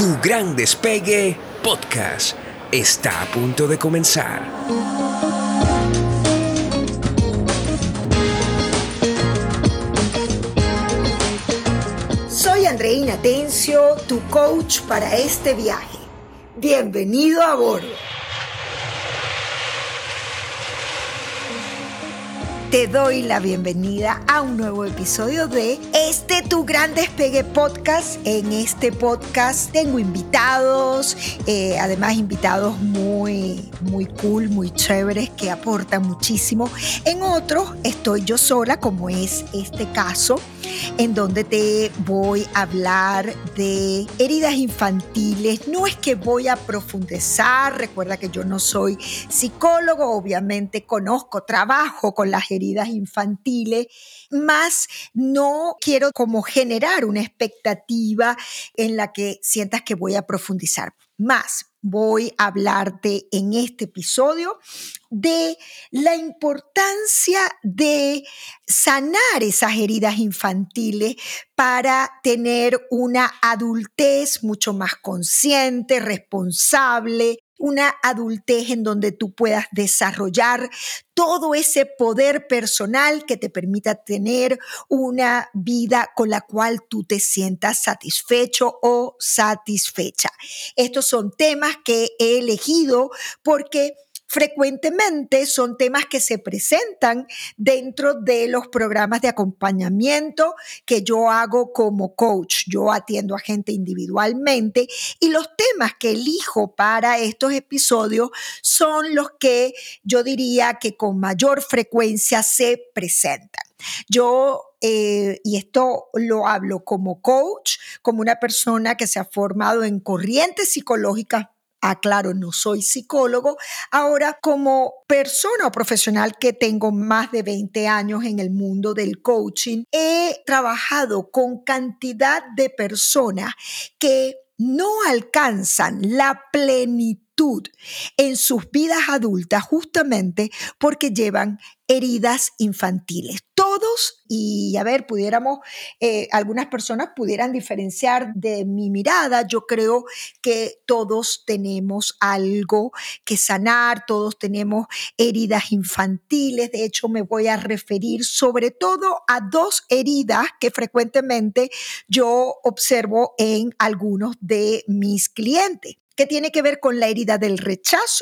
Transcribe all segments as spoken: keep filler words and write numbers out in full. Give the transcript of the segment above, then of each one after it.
Tu Gran Despegue Podcast está a punto de comenzar. Soy Andreina Tencio, tu coach para este viaje. Bienvenido a bordo. Te doy la bienvenida a un nuevo episodio de este Tu Gran Despegue Podcast. En este podcast tengo invitados, eh, además invitados muy, muy cool, muy chéveres, que aportan muchísimo. En otros estoy yo sola, como es este caso, en donde te voy a hablar de heridas infantiles. No es que voy a profundizar, recuerda que yo no soy psicólogo, obviamente conozco, trabajo con las heridas infantiles, más no quiero como generar una expectativa en la que sientas que voy a profundizar. Más voy a hablarte en este episodio de la importancia de sanar esas heridas infantiles para tener una adultez mucho más consciente, responsable, una adultez en donde tú puedas desarrollar todo ese poder personal que te permita tener una vida con la cual tú te sientas satisfecho o satisfecha. Estos son temas que he elegido porque frecuentemente son temas que se presentan dentro de los programas de acompañamiento que yo hago como coach. Yo atiendo a gente individualmente y los temas que elijo para estos episodios son los que yo diría que con mayor frecuencia se presentan. Yo, eh, y esto lo hablo como coach, como una persona que se ha formado en corrientes psicológicas. Aclaro, no soy psicólogo. Ahora, como persona o profesional que tengo más de veinte años en el mundo del coaching, he trabajado con cantidad de personas que no alcanzan la plenitud en sus vidas adultas justamente porque llevan heridas infantiles. Todos, y a ver, pudiéramos, eh, algunas personas pudieran diferenciar de mi mirada. Yo creo que todos tenemos algo que sanar, todos tenemos heridas infantiles. De hecho, me voy a referir sobre todo a dos heridas que frecuentemente yo observo en algunos de mis clientes, que tiene que ver con la herida del rechazo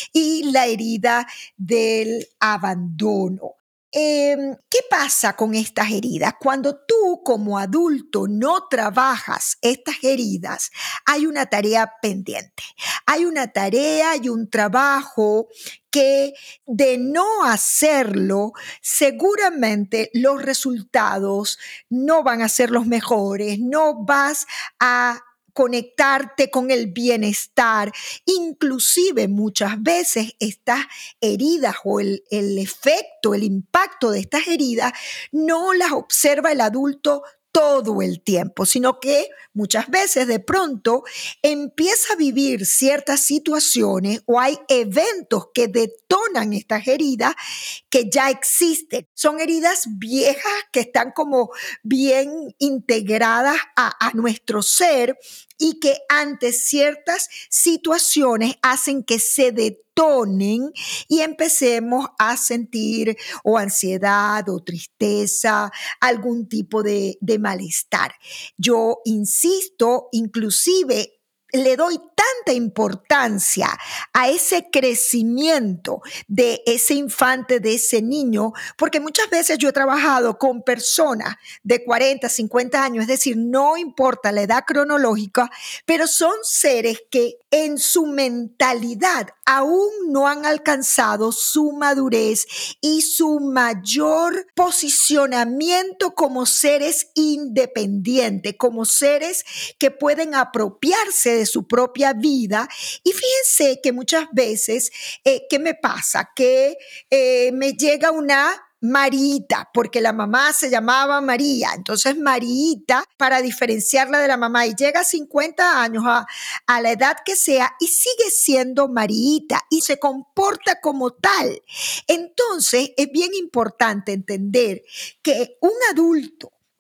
y la herida del abandono. Eh, ¿Qué pasa con estas heridas? Cuando tú como adulto no trabajas estas heridas, hay una tarea pendiente. Hay una tarea y un trabajo que de no hacerlo, seguramente los resultados no van a ser los mejores, no vas a conectarte con el bienestar. Inclusive muchas veces estas heridas o el, el efecto, el impacto de estas heridas no las observa el adulto todo el tiempo, sino que muchas veces de pronto empieza a vivir ciertas situaciones o hay eventos que detonan estas heridas que ya existen. Son heridas viejas que están como bien integradas a, a nuestro ser y que ante ciertas situaciones hacen que se detonen y empecemos a sentir o ansiedad o tristeza, algún tipo de, de malestar. Yo insisto, inclusive le doy tanta importancia a ese crecimiento de ese infante, de ese niño, porque muchas veces yo he trabajado con personas de cuarenta, cincuenta años, es decir, no importa la edad cronológica, pero son seres que en su mentalidad aún no han alcanzado su madurez y su mayor posicionamiento como seres independientes, como seres que pueden apropiarse de su propia vida. Y fíjense que muchas veces, eh, ¿qué me pasa? Que eh, me llega una Marita, porque la mamá se llamaba María, entonces Marita, para diferenciarla de la mamá, y llega a cincuenta años, a, a la edad que sea, y sigue siendo Marita, y se comporta como tal. Entonces, es bien importante entender que un adulto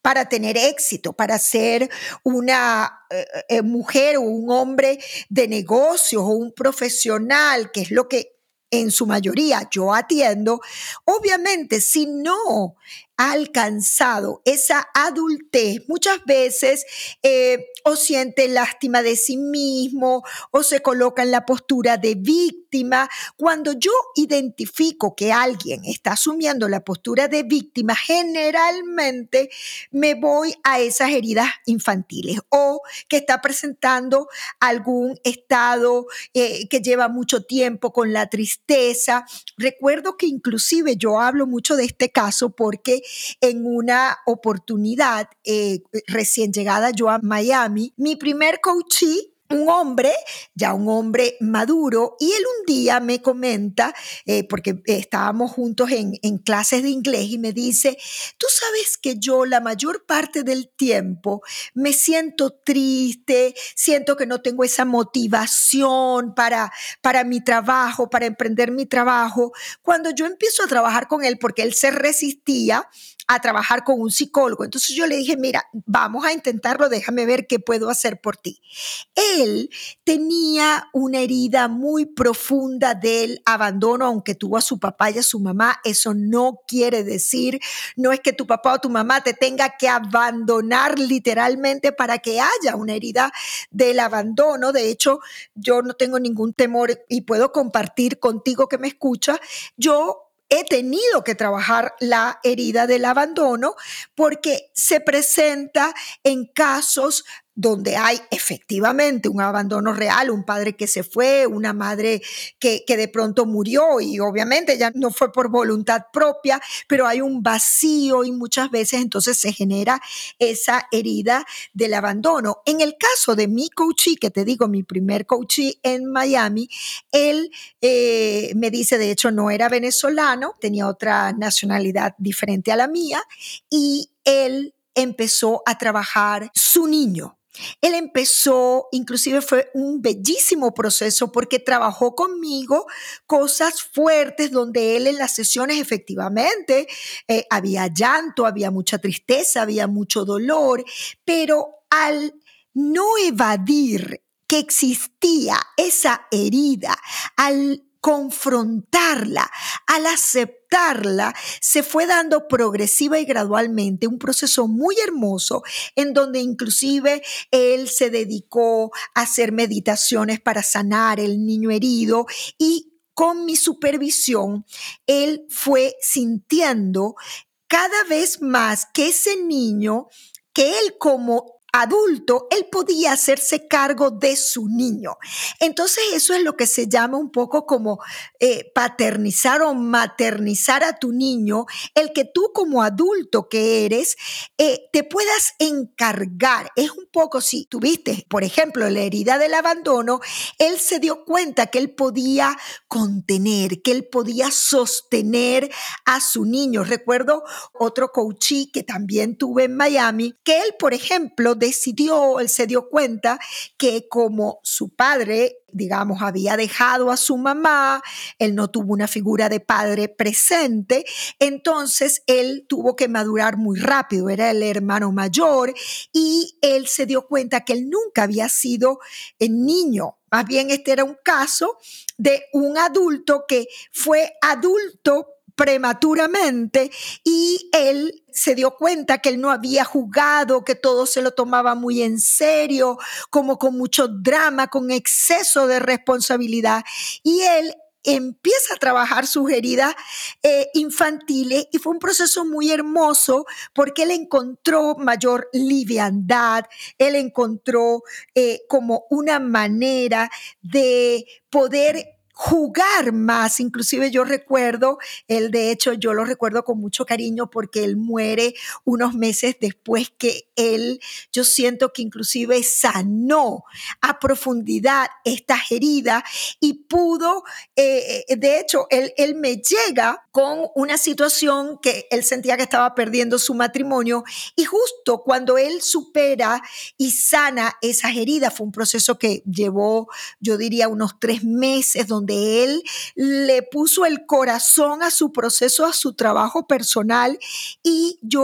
para tener éxito, para ser una eh, eh, mujer o un hombre de negocios o un profesional, que es lo que en su mayoría yo atiendo. Obviamente, si no ha alcanzado esa adultez, muchas veces eh, o siente lástima de sí mismo o se coloca en la postura de víctima. Cuando yo identifico que alguien está asumiendo la postura de víctima, generalmente me voy a esas heridas infantiles o que está presentando algún estado eh, que lleva mucho tiempo con la tristeza. Recuerdo que inclusive yo hablo mucho de este caso porque en una oportunidad eh, recién llegada yo a Miami, mi primer coachee, un hombre, ya un hombre maduro, y él un día me comenta, eh, porque estábamos juntos en, en clases de inglés, y me dice, tú sabes que yo la mayor parte del tiempo me siento triste, siento que no tengo esa motivación para, para mi trabajo, para emprender mi trabajo. Cuando yo empiezo a trabajar con él, porque él se resistía a trabajar con un psicólogo, entonces yo le dije, mira, vamos a intentarlo, déjame ver qué puedo hacer por ti. Él tenía una herida muy profunda del abandono, aunque tuvo a su papá y a su mamá. Eso no quiere decir, no es que tu papá o tu mamá te tenga que abandonar literalmente para que haya una herida del abandono. De hecho, yo no tengo ningún temor y puedo compartir contigo que me escucha. Yo he tenido que trabajar la herida del abandono porque se presenta en casos donde hay efectivamente un abandono real, un padre que se fue, una madre que, que de pronto murió y obviamente ya no fue por voluntad propia, pero hay un vacío y muchas veces entonces se genera esa herida del abandono. En el caso de mi coachee, que te digo, mi primer coachee en Miami, él eh, me dice, de hecho no era venezolano, tenía otra nacionalidad diferente a la mía, y él empezó a trabajar su niño. Él empezó, inclusive fue un bellísimo proceso porque trabajó conmigo cosas fuertes donde él en las sesiones efectivamente eh, había llanto, había mucha tristeza, había mucho dolor, pero al no evadir que existía esa herida, al confrontarla, al aceptarla, se fue dando progresiva y gradualmente un proceso muy hermoso en donde inclusive él se dedicó a hacer meditaciones para sanar el niño herido y con mi supervisión, él fue sintiendo cada vez más que ese niño, que él como adulto, él podía hacerse cargo de su niño. Entonces eso es lo que se llama un poco como eh, paternizar o maternizar a tu niño, el que tú como adulto que eres eh, te puedas encargar. Es un poco, si tuviste, por ejemplo, la herida del abandono, él se dio cuenta que él podía contener, que él podía sostener a su niño. Recuerdo otro coachee que también tuve en Miami, que él, por ejemplo, decidió, él se dio cuenta que como su padre, digamos, había dejado a su mamá, él no tuvo una figura de padre presente, entonces él tuvo que madurar muy rápido, era el hermano mayor y él se dio cuenta que él nunca había sido el niño. Más bien este era un caso de un adulto que fue adulto prematuramente y él se dio cuenta que él no había jugado, que todo se lo tomaba muy en serio, como con mucho drama, con exceso de responsabilidad, y él empieza a trabajar sus heridas eh, infantiles y fue un proceso muy hermoso porque él encontró mayor liviandad, él encontró eh, como una manera de poder jugar más. Inclusive yo recuerdo, él de hecho yo lo recuerdo con mucho cariño porque él muere unos meses después que él, yo siento que inclusive sanó a profundidad estas heridas y pudo, eh, de hecho él, él me llega con una situación que él sentía que estaba perdiendo su matrimonio y justo cuando él supera y sana esas heridas, fue un proceso que llevó, yo diría, unos tres meses donde donde él le puso el corazón a su proceso, a su trabajo personal y yo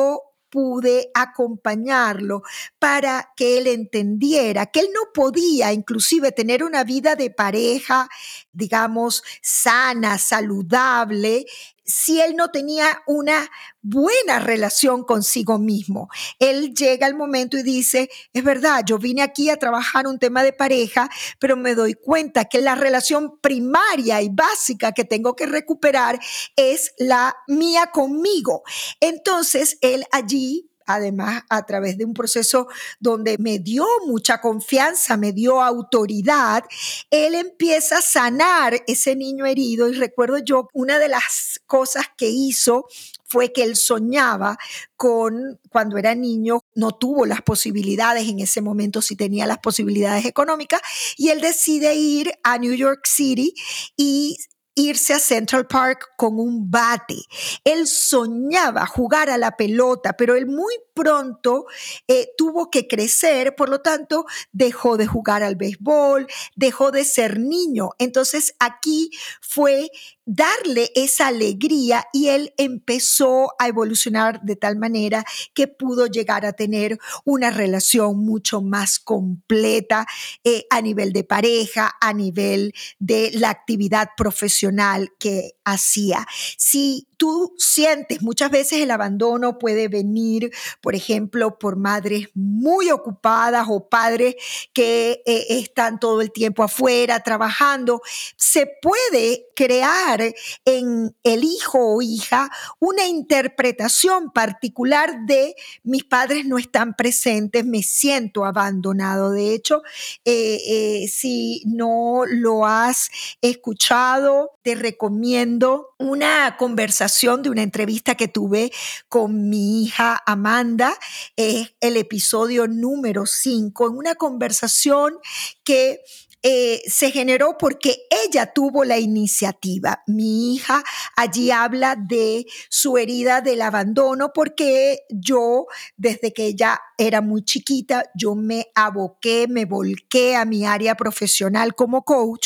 pude acompañarlo para que él entendiera que él no podía inclusive tener una vida de pareja, digamos, sana, saludable, si él no tenía una buena relación consigo mismo. Él llega al momento y dice, es verdad, yo vine aquí a trabajar un tema de pareja, pero me doy cuenta que la relación primaria y básica que tengo que recuperar es la mía conmigo. Entonces, él allí, además, a través de un proceso donde me dio mucha confianza, me dio autoridad, él empieza a sanar ese niño herido. Y recuerdo yo, una de las cosas que hizo fue que él soñaba con, cuando era niño, no tuvo las posibilidades en ese momento, si tenía las posibilidades económicas, y él decide ir a New York City y irse a Central Park con un bate. Él soñaba jugar a la pelota, pero él muy pronto eh, tuvo que crecer, por lo tanto dejó de jugar al béisbol, dejó de ser niño. Entonces aquí fue darle esa alegría y él empezó a evolucionar de tal manera que pudo llegar a tener una relación mucho más completa eh, a nivel de pareja, a nivel de la actividad profesional que hacía. Si tú sientes, muchas veces el abandono puede venir, por ejemplo, por madres muy ocupadas o padres que eh, están todo el tiempo afuera trabajando. Se puede crear en el hijo o hija una interpretación particular de mis padres no están presentes, me siento abandonado. De hecho, eh, eh, si no lo has escuchado, te recomiendo una conversación de una entrevista que tuve con mi hija Amanda, es el episodio número cinco, en una conversación que Eh, se generó porque ella tuvo la iniciativa. Mi hija allí habla de su herida del abandono porque yo, desde que ella era muy chiquita, yo me aboqué, me volqué a mi área profesional como coach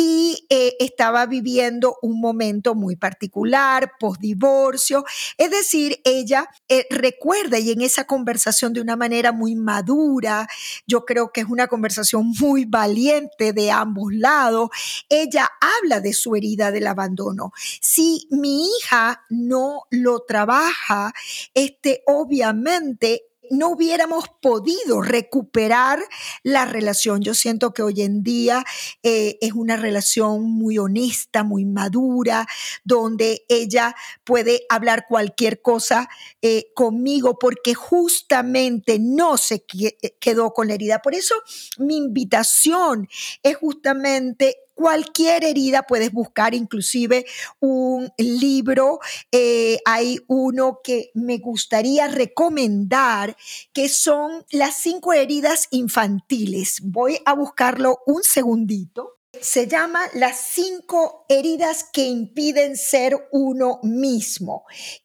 y eh, estaba viviendo un momento muy particular, postdivorcio. Es decir, ella eh, recuerda y en esa conversación de una manera muy madura, yo creo que es una conversación muy valiente de ambos lados, ella habla de su herida del abandono. Si mi hija no lo trabaja, este, obviamente no hubiéramos podido recuperar la relación. Yo siento que hoy en día eh, es una relación muy honesta, muy madura, donde ella puede hablar cualquier cosa eh, conmigo porque justamente no se que- quedó con la herida. Por eso mi invitación es justamente cualquier herida, puedes buscar inclusive un libro, eh, hay uno que me gustaría recomendar, que son las cinco heridas infantiles. Voy a buscarlo un segundito. Se llama Las cinco heridas que impiden ser uno mismo,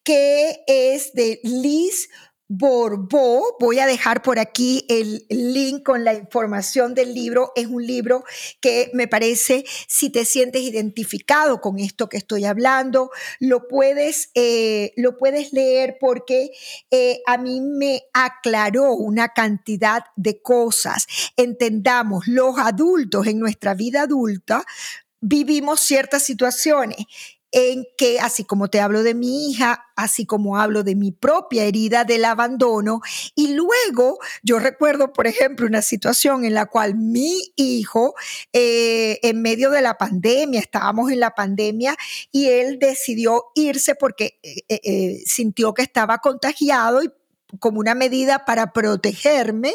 que es de Liz Bourbeau. Voy a dejar por aquí el link con la información del libro. Es un libro que me parece, si te sientes identificado con esto que estoy hablando, lo puedes, eh, lo puedes leer porque eh, a mí me aclaró una cantidad de cosas. Entendamos, los adultos en nuestra vida adulta vivimos ciertas situaciones en que, así como te hablo de mi hija, así como hablo de mi propia herida del abandono, y luego yo recuerdo, por ejemplo, una situación en la cual mi hijo, eh, en medio de la pandemia, estábamos en la pandemia, y él decidió irse porque eh, eh, sintió que estaba contagiado y como una medida para protegerme,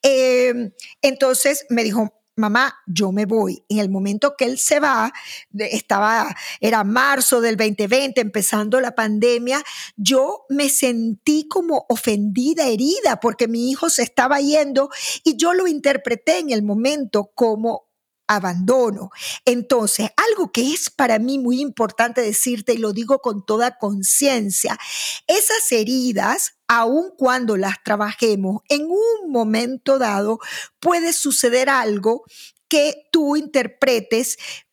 eh, entonces me dijo, mamá, yo me voy. En el momento que él se va, estaba, era marzo del veinte veinte, empezando la pandemia, yo me sentí como ofendida, herida, porque mi hijo se estaba yendo y yo lo interpreté en el momento como abandono. Entonces, algo que es para mí muy importante decirte, y lo digo con toda conciencia, esas heridas, aun cuando las trabajemos, en un momento dado puede suceder algo que tú interpretes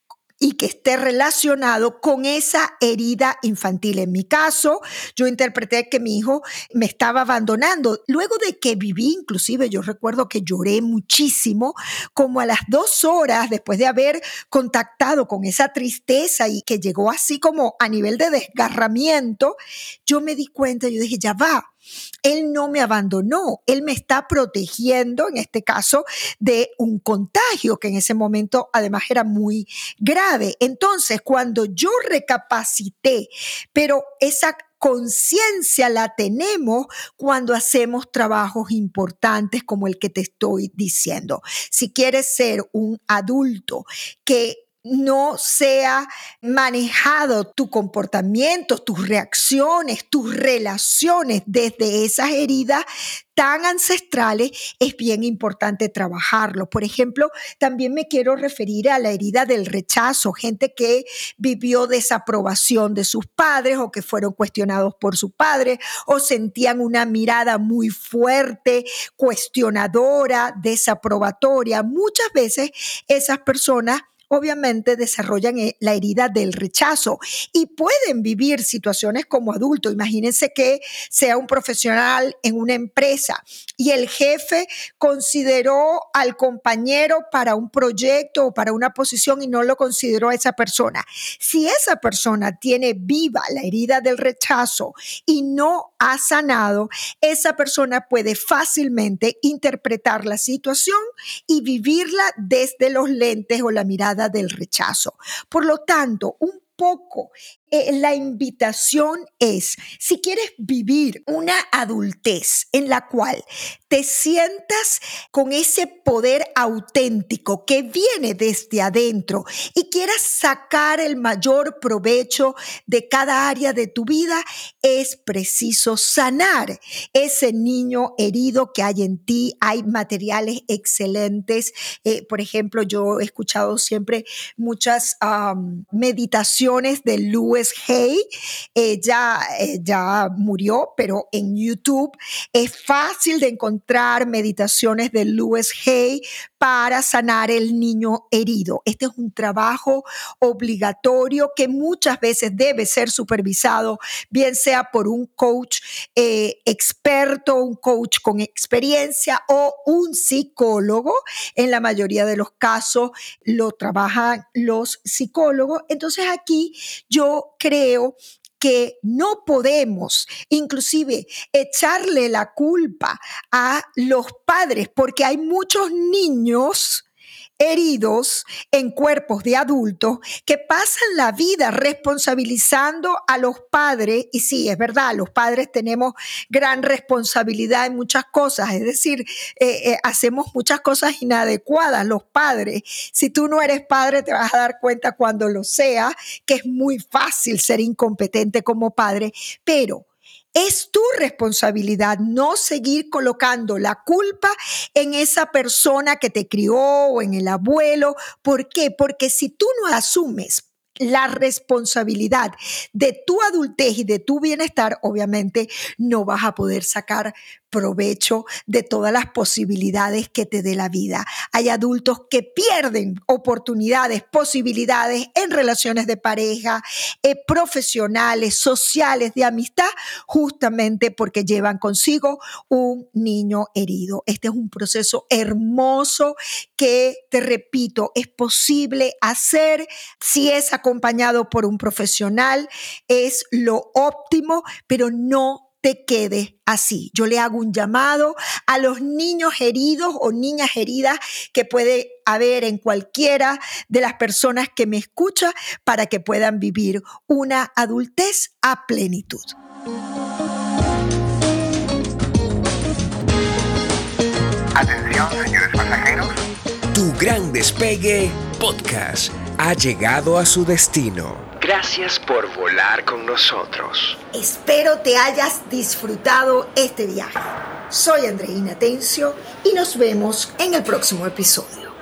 y que esté relacionado con esa herida infantil. En mi caso, yo interpreté que mi hijo me estaba abandonando. Luego de que viví, inclusive yo recuerdo que lloré muchísimo, como a las dos horas después de haber contactado con esa tristeza y que llegó así como a nivel de desgarramiento, yo me di cuenta, yo dije, ya va. Él no me abandonó, él me está protegiendo, en este caso, de un contagio que en ese momento además era muy grave. Entonces, cuando yo recapacité, pero esa conciencia la tenemos cuando hacemos trabajos importantes como el que te estoy diciendo. Si quieres ser un adulto que no sea manejado tu comportamiento, tus reacciones, tus relaciones desde esas heridas tan ancestrales, es bien importante trabajarlo. Por ejemplo, también me quiero referir a la herida del rechazo, gente que vivió desaprobación de sus padres o que fueron cuestionados por su padre o sentían una mirada muy fuerte, cuestionadora, desaprobatoria. Muchas veces esas personas obviamente desarrollan la herida del rechazo y pueden vivir situaciones como adultos. Imagínense que sea un profesional en una empresa y el jefe consideró al compañero para un proyecto o para una posición y no lo consideró a esa persona. Si esa persona tiene viva la herida del rechazo y no ha sanado, esa persona puede fácilmente interpretar la situación y vivirla desde los lentes o la mirada del rechazo. Por lo tanto, un poco eh, la invitación es, si quieres vivir una adultez en la cual te sientas con ese poder auténtico que viene desde adentro y quieras sacar el mayor provecho de cada área de tu vida, es preciso sanar ese niño herido que hay en ti. Hay materiales excelentes. Eh, por ejemplo, yo he escuchado siempre muchas um, meditaciones de Louise Hay. Ella eh, ya murió, pero en YouTube es fácil de encontrar meditaciones de Louise Hay para sanar el niño herido. Este es un trabajo obligatorio que muchas veces debe ser supervisado, bien sea por un coach eh, experto, un coach con experiencia o un psicólogo. En la mayoría de los casos lo trabajan los psicólogos. Entonces aquí yo creo que no podemos inclusive echarle la culpa a los padres, porque hay muchos niños heridos en cuerpos de adultos que pasan la vida responsabilizando a los padres. Y sí, es verdad, los padres tenemos gran responsabilidad en muchas cosas, es decir, eh, eh, hacemos muchas cosas inadecuadas los padres. Si tú no eres padre, te vas a dar cuenta cuando lo seas que es muy fácil ser incompetente como padre, pero es tu responsabilidad no seguir colocando la culpa en esa persona que te crió o en el abuelo. ¿Por qué? Porque si tú no asumes la responsabilidad de tu adultez y de tu bienestar, obviamente no vas a poder sacar provecho de todas las posibilidades que te dé la vida. Hay adultos que pierden oportunidades, posibilidades en relaciones de pareja, eh, profesionales, sociales, de amistad, justamente porque llevan consigo un niño herido. Este es un proceso hermoso que, te repito, es posible hacer si es acompañado por un profesional, es lo óptimo, pero no te quedes así. Yo le hago un llamado a los niños heridos o niñas heridas que puede haber en cualquiera de las personas que me escuchan para que puedan vivir una adultez a plenitud. Atención, señores pasajeros. Tu Gran Despegue Podcast ha llegado a su destino. Gracias por volar con nosotros. Espero te hayas disfrutado este viaje. Soy Andreina Tencio y nos vemos en el próximo episodio.